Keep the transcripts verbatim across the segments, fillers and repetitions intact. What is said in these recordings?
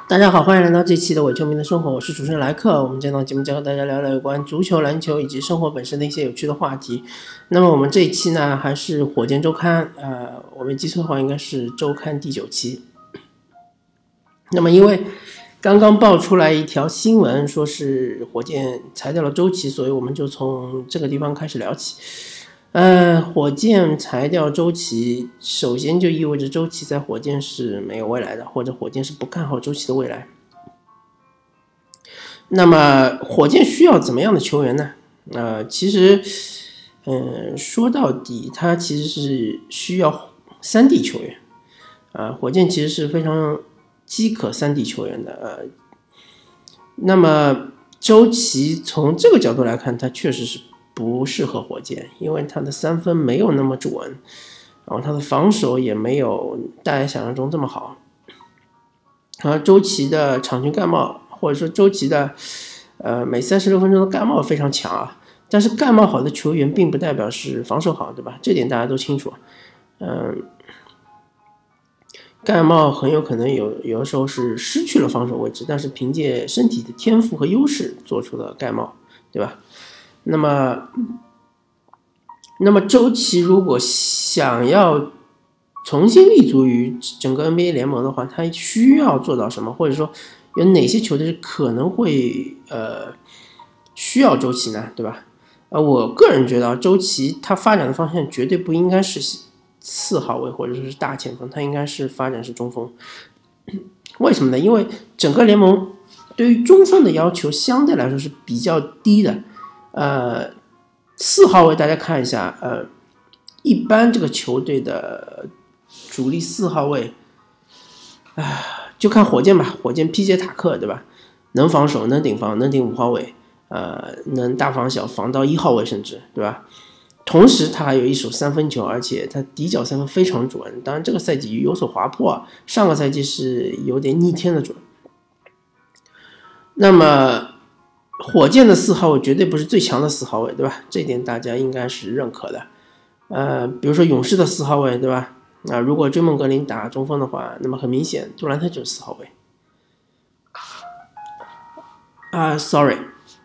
大家好，欢迎来到这期的伪球迷的生活，我是主持人莱克。我们这档节目将和大家聊聊有关足球、篮球以及生活本身的一些有趣的话题。那么我们这一期呢，还是火箭周刊，呃，我没记错的话，应该是周刊第九期。那么因为刚刚爆出来一条新闻，说是火箭裁掉了周琦，所以我们就从这个地方开始聊起。呃，火箭裁掉周琦，首先就意味着周琦在火箭是没有未来的，或者火箭是不看好周琦的未来。那么火箭需要怎么样的球员呢？呃，其实，嗯、呃，说到底，他其实是需要三 D 球员。啊、呃，火箭其实是非常饥渴三 D 球员的。呃，那么周琦从这个角度来看，他确实是不适合火箭，因为他的三分没有那么准，然后他的防守也没有大家想象中这么好。而周琦的场均盖帽，或者说周琦的呃每三十六分钟的盖帽非常强啊，但是盖帽好的球员并不代表是防守好，对吧？这点大家都清楚。嗯，盖帽很有可能有有的时候是失去了防守位置，但是凭借身体的天赋和优势做出了盖帽，对吧？那么，那么周琦如果想要重新立足于整个 N B A 联盟的话，他需要做到什么？或者说有哪些球队可能会呃需要周琦呢？对吧？呃，我个人觉得周琦他发展的方向绝对不应该是四号位或者说是大前锋，他应该是发展是中锋。为什么呢？因为整个联盟对于中锋的要求相对来说是比较低的。呃，四号位大家看一下，呃，一般这个球队的主力四号位，啊、呃，就看火箭吧，火箭皮杰塔克，对吧？能防守，能顶防，能顶五号位，呃，能大防小，防到一号位甚至，对吧？同时他还有一手三分球，而且他底角三分非常准。当然这个赛季有所滑坡，上个赛季是有点逆天的准。那么火箭的四号位绝对不是最强的四号位，对吧？这点大家应该是认可的。呃，比如说勇士的四号位，对吧？啊、呃，如果追梦格林打中锋的话，那么很明显杜兰特就是四号位。啊、呃、，sorry，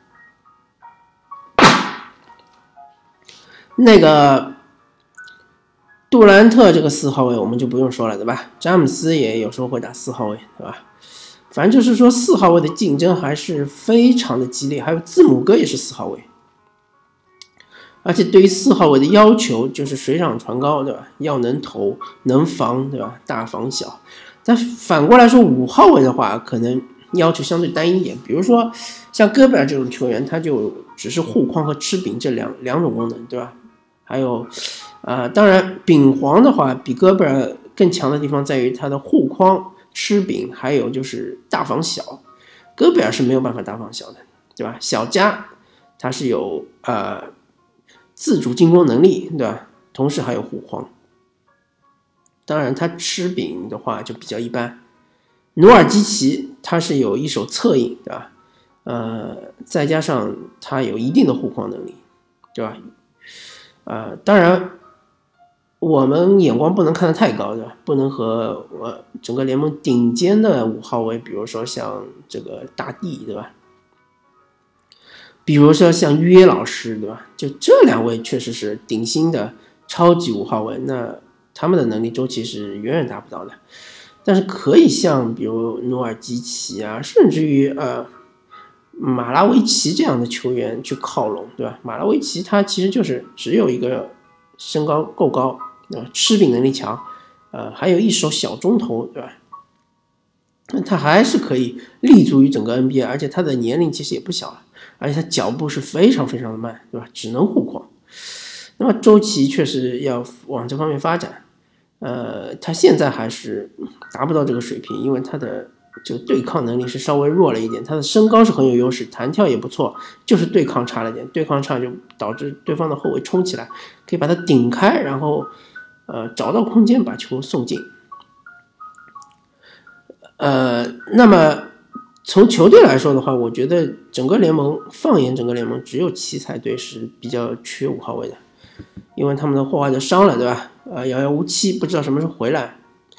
那个杜兰特这个四号位我们就不用说了，对吧？詹姆斯也有时候会打四号位，对吧？反正就是说四号位的竞争还是非常的激烈，还有字母哥也是四号位，而且对于四号位的要求就是水涨船高，对吧？要能投能防，对吧？大防小。但反过来说五号位的话可能要求相对单一一点，比如说像戈贝尔这种球员，他就只是护框和吃饼这两两种功能，对吧？还有呃，当然饼皇的话比戈贝尔更强的地方在于他的护框吃饼，还有就是大防小。戈贝尔是没有办法大防小的，对吧？小加他是有呃自主进攻能力，对吧？同时还有护框。当然他吃饼的话就比较一般。努尔基奇他是有一手策应，对吧？呃，再加上他有一定的护框能力，对吧？呃，当然我们眼光不能看得太高，对吧？不能和呃整个联盟顶尖的五号位，比如说像这个大帝，对吧？比如说像约老师，对吧？就这两位确实是顶薪的超级五号位，那他们的能力周期是远远达不到的。但是可以像比如努尔基奇啊，甚至于呃马拉维奇这样的球员去靠拢，对吧？马拉维奇他其实就是只有一个身高够高，呃，吃饼能力强，呃，还有一手小中投，对吧？那他还是可以立足于整个 N B A， 而且他的年龄其实也不小了，而且他脚步是非常非常的慢，对吧？只能护框。那么周琦确实要往这方面发展，呃，他现在还是达不到这个水平，因为他的这个对抗能力是稍微弱了一点，他的身高是很有优势，弹跳也不错，就是对抗差了点，对抗差就导致对方的后卫冲起来，可以把他顶开，然后呃找到空间把球送进。呃，那么从球队来说的话，我觉得整个联盟，放眼整个联盟，只有奇才队是比较缺五号位的，因为他们的霍华德伤了，对吧？呃，遥遥无期，不知道什么时候回来。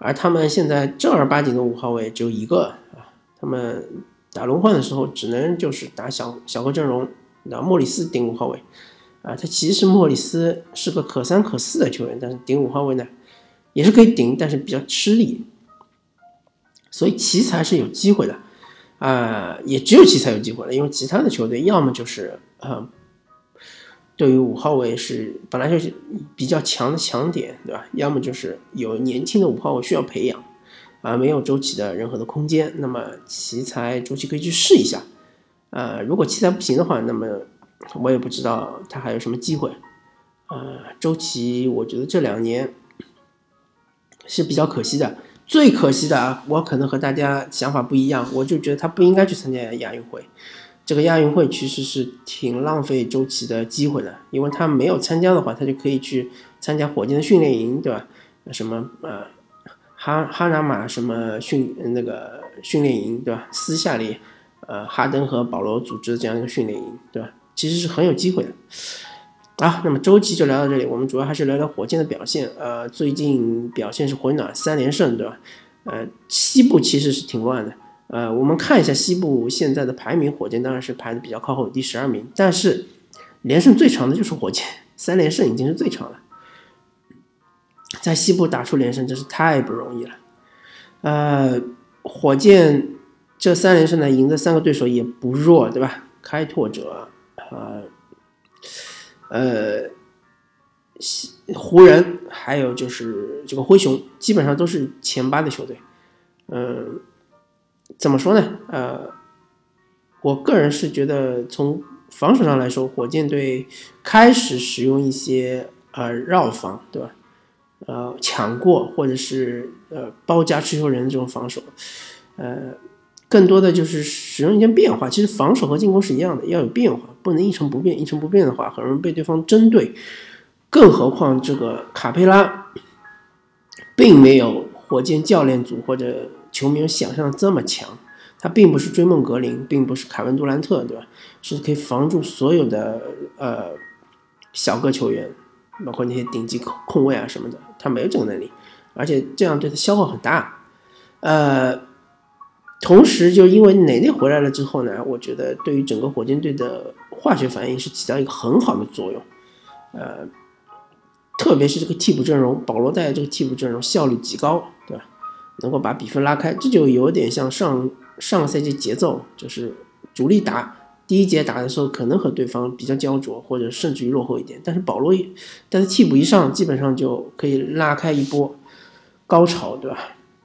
而他们现在正儿八经的五号位只有一个啊，他们打轮换的时候只能就是打小小个阵容，那莫里斯顶五号位啊，他其实莫里斯是个可三可四的球员，但是顶五号位呢也是可以顶，但是比较吃力，所以奇才是有机会的啊、呃，也只有奇才有机会了，因为其他的球队要么就是呃。对于五号位是本来就是比较强的强点，对吧？要么就是有年轻的五号位需要培养，啊，没有周琦的任何的空间，那么奇才周琦可以去试一下，呃，如果奇才不行的话，那么我也不知道他还有什么机会，呃，周琦我觉得这两年是比较可惜的，最可惜的啊，我可能和大家想法不一样，我就觉得他不应该去参加亚运会。这个亚运会其实是挺浪费周琦的机会的，因为他没有参加的话，他就可以去参加火箭的训练营，对吧？什么呃哈哈拿马什么训那个训练营，对吧？私下里呃哈登和保罗组织这样一个训练营，对吧？其实是很有机会的。啊，那么周琦就聊到这里，我们主要还是聊聊火箭的表现。呃，最近表现是回暖，三连胜，对吧？呃，西部其实是挺乱的。呃，我们看一下西部现在的排名，火箭当然是排的比较靠后，第十二名。但是连胜最长的就是火箭，三连胜已经是最长了。在西部打出连胜真是太不容易了。呃，火箭这三连胜呢，赢的三个对手也不弱，对吧？开拓者，呃，呃，湖人，还有就是这个灰熊，基本上都是前八的球队。嗯、呃。怎么说呢？呃，我个人是觉得从防守上来说，火箭队开始使用一些呃绕防，对吧？呃，抢过或者是呃包夹持球人这种防守，呃，更多的就是使用一些变化。其实防守和进攻是一样的，要有变化，不能一成不变。一成不变的话，很容易被对方针对。更何况这个卡佩拉并没有火箭教练组或者球迷想象的这么强，他并不是追梦格林，并不是凯文杜兰特，对吧？是可以防住所有的呃小个球员，包括那些顶级控卫啊什么的，他没有这个能力，而且这样对他消耗很大。呃，同时就因为内内回来了之后呢，我觉得对于整个火箭队的化学反应是起到一个很好的作用。呃，特别是这个替补阵容，保罗带这个替补阵容效率极高，对吧？能够把比分拉开，这就有点像上上个赛季节奏，就是主力打第一节打的时候，可能和对方比较焦灼，或者甚至于落后一点，但是保罗，但是替补一上，基本上就可以拉开一波高潮，对吧？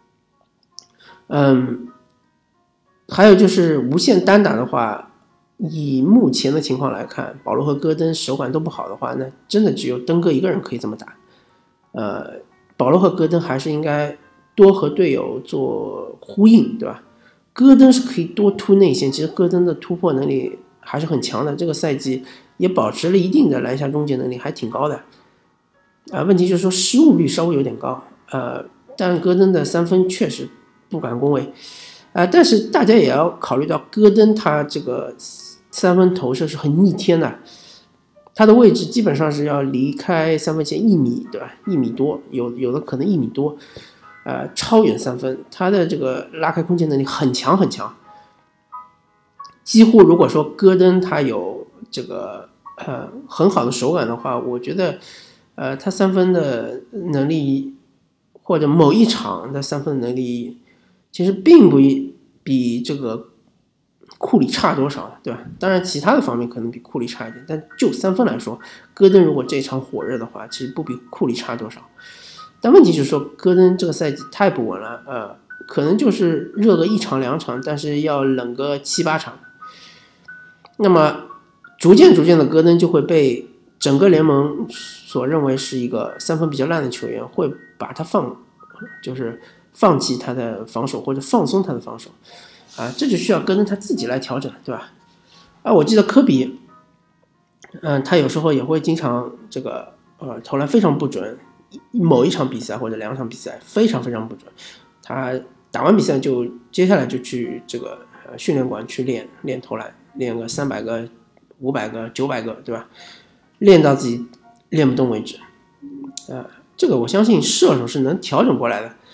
嗯，还有就是无限单打的话，以目前的情况来看，保罗和戈登手感都不好的话，那真的只有登哥一个人可以这么打。呃，保罗和戈登还是应该多和队友做呼应，对吧？戈登是可以多突内线，其实戈登的突破能力还是很强的，这个赛季也保持了一定的篮下终结能力，还挺高的。啊、呃，问题就是说失误率稍微有点高，呃，但戈登的三分确实不敢恭维，啊、呃，但是大家也要考虑到戈登他这个三分投射是很逆天的，他的位置基本上是要离开三分线一米，对吧？一米多，有有的可能一米多。呃，超远三分，他的这个拉开空间能力很强很强，几乎如果说戈登他有这个呃很好的手感的话，我觉得呃他三分的能力或者某一场的三分能力其实并不比这个库里差多少，对吧？当然其他的方面可能比库里差一点，但就三分来说，戈登如果这场火热的话，其实不比库里差多少。但问题就是说，戈登这个赛季太不稳了，呃，可能就是热个一场两场，但是要冷个七八场。那么，逐渐逐渐的，戈登就会被整个联盟所认为是一个三分比较烂的球员，会把他放，就是放弃他的防守或者放松他的防守，啊，这就需要戈登他自己来调整，对吧？啊，我记得科比，嗯，他有时候也会经常这个呃投篮非常不准。某一场比赛或者两场比赛非常非常不准，他打完比赛就接下来就去这个呃训练馆去练练投篮，练个三百个、五百个、九百个，对吧？练到自己练不动为止。呃，这个我相信射手是能调整过来的。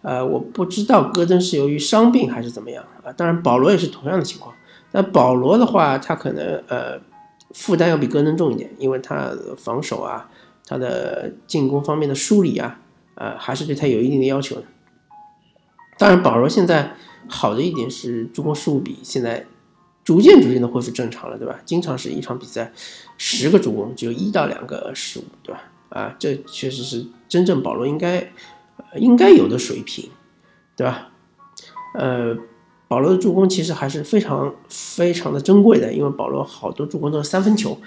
呃，我不知道戈登是由于伤病还是怎么样啊。当然，保罗也是同样的情况。但保罗的话，他可能呃负担要比戈登重一点，因为他的防守啊，他的进攻方面的梳理啊，呃，还是对他有一定的要求的。当然，保罗现在好的一点是助攻失误比现在逐渐逐渐的恢复正常了，对吧？经常是一场比赛十个助攻只有一到两个失误，对吧？啊，这确实是真正保罗应该、呃、应该有的水平，对吧？呃，保罗的助攻其实还是非常非常的珍贵的，因为保罗好多助攻都是三分球。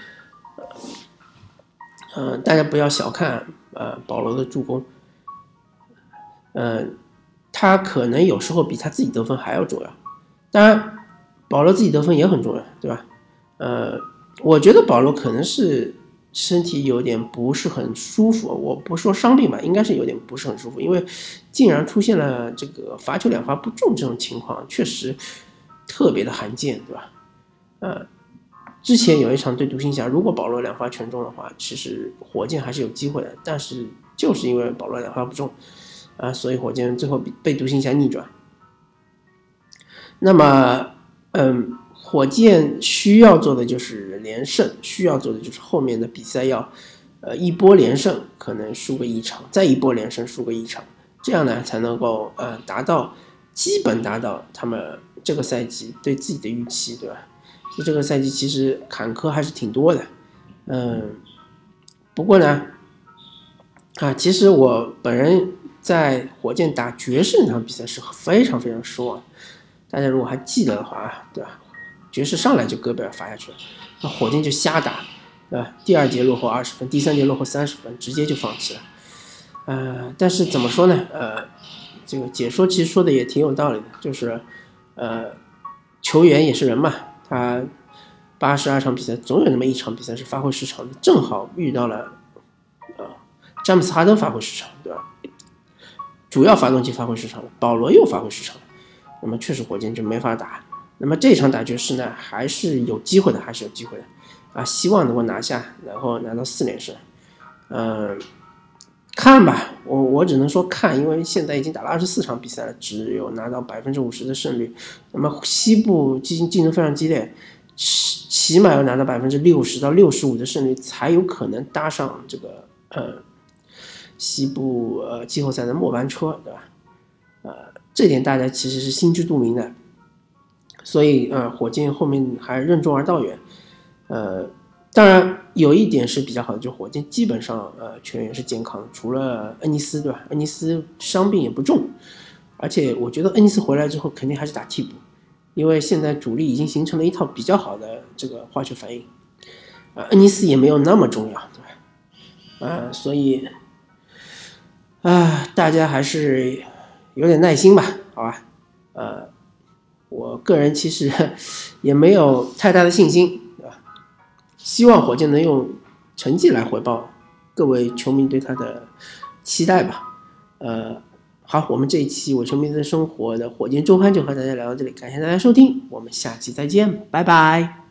呃，大家不要小看呃保罗的助攻，呃，他可能有时候比他自己得分还要重要。当然，保罗自己得分也很重要，对吧？呃，我觉得保罗可能是身体有点不是很舒服，我不说伤病吧，应该是有点不是很舒服，因为竟然出现了这个罚球两罚不中这种情况，确实特别的罕见，对吧？呃，之前有一场对独行侠，如果保罗两罚全中的话，其实火箭还是有机会的，但是就是因为保罗两罚不中啊、呃，所以火箭最后被独行侠逆转。那么，嗯。火箭需要做的就是连胜，需要做的就是后面的比赛要，呃，一波连胜，可能输个一场，再一波连胜输个一场，这样呢才能够呃达到基本达到他们这个赛季对自己的预期，对吧？就这个赛季其实坎坷还是挺多的，嗯，不过呢，啊，其实我本人在火箭打爵士那场比赛是非常非常失望，大家如果还记得的话，对吧？爵士上来就戈贝尔罚下去了，那火箭就瞎打，对吧？第二节落后二十分，第三节落后三十分，直接就放弃了。呃，但是怎么说呢？呃，这个解说其实说的也挺有道理的，就是呃，球员也是人嘛，他八十二场比赛总有那么一场比赛是发挥失常的，正好遇到了呃詹姆斯哈登发挥失常，对吧？主要发动机发挥失常了，保罗又发挥失常了，那么确实火箭就没法打。那么这场打爵士呢，还是有机会的，还是有机会的，啊，希望能够拿下，然后拿到四连胜。嗯、呃，看吧，我我只能说看，因为现在已经打了二十四场比赛了，只有拿到百分之五十的胜率。那么西部竞竞争非常激烈，起码要拿到百分之六十到六十五的胜率，才有可能搭上这个呃西部呃季后赛的末班车，对吧？呃，这点大家其实是心知肚明的。所以呃，火箭后面还任重而道远，呃，当然有一点是比较好的，就是火箭基本上呃全员是健康，除了恩尼斯，对吧？恩尼斯伤病也不重，而且我觉得恩尼斯回来之后肯定还是打替补，因为现在主力已经形成了一套比较好的这个化学反应，啊、呃，恩尼斯也没有那么重要，对吧？啊、呃，所以啊、呃，大家还是有点耐心吧，好吧，呃。我个人其实也没有太大的信心，对吧？希望火箭能用成绩来回报各位球迷对他的期待吧。呃，好，我们这一期伪球迷的生活的火箭周刊就和大家聊到这里，感谢大家收听，我们下期再见，拜拜。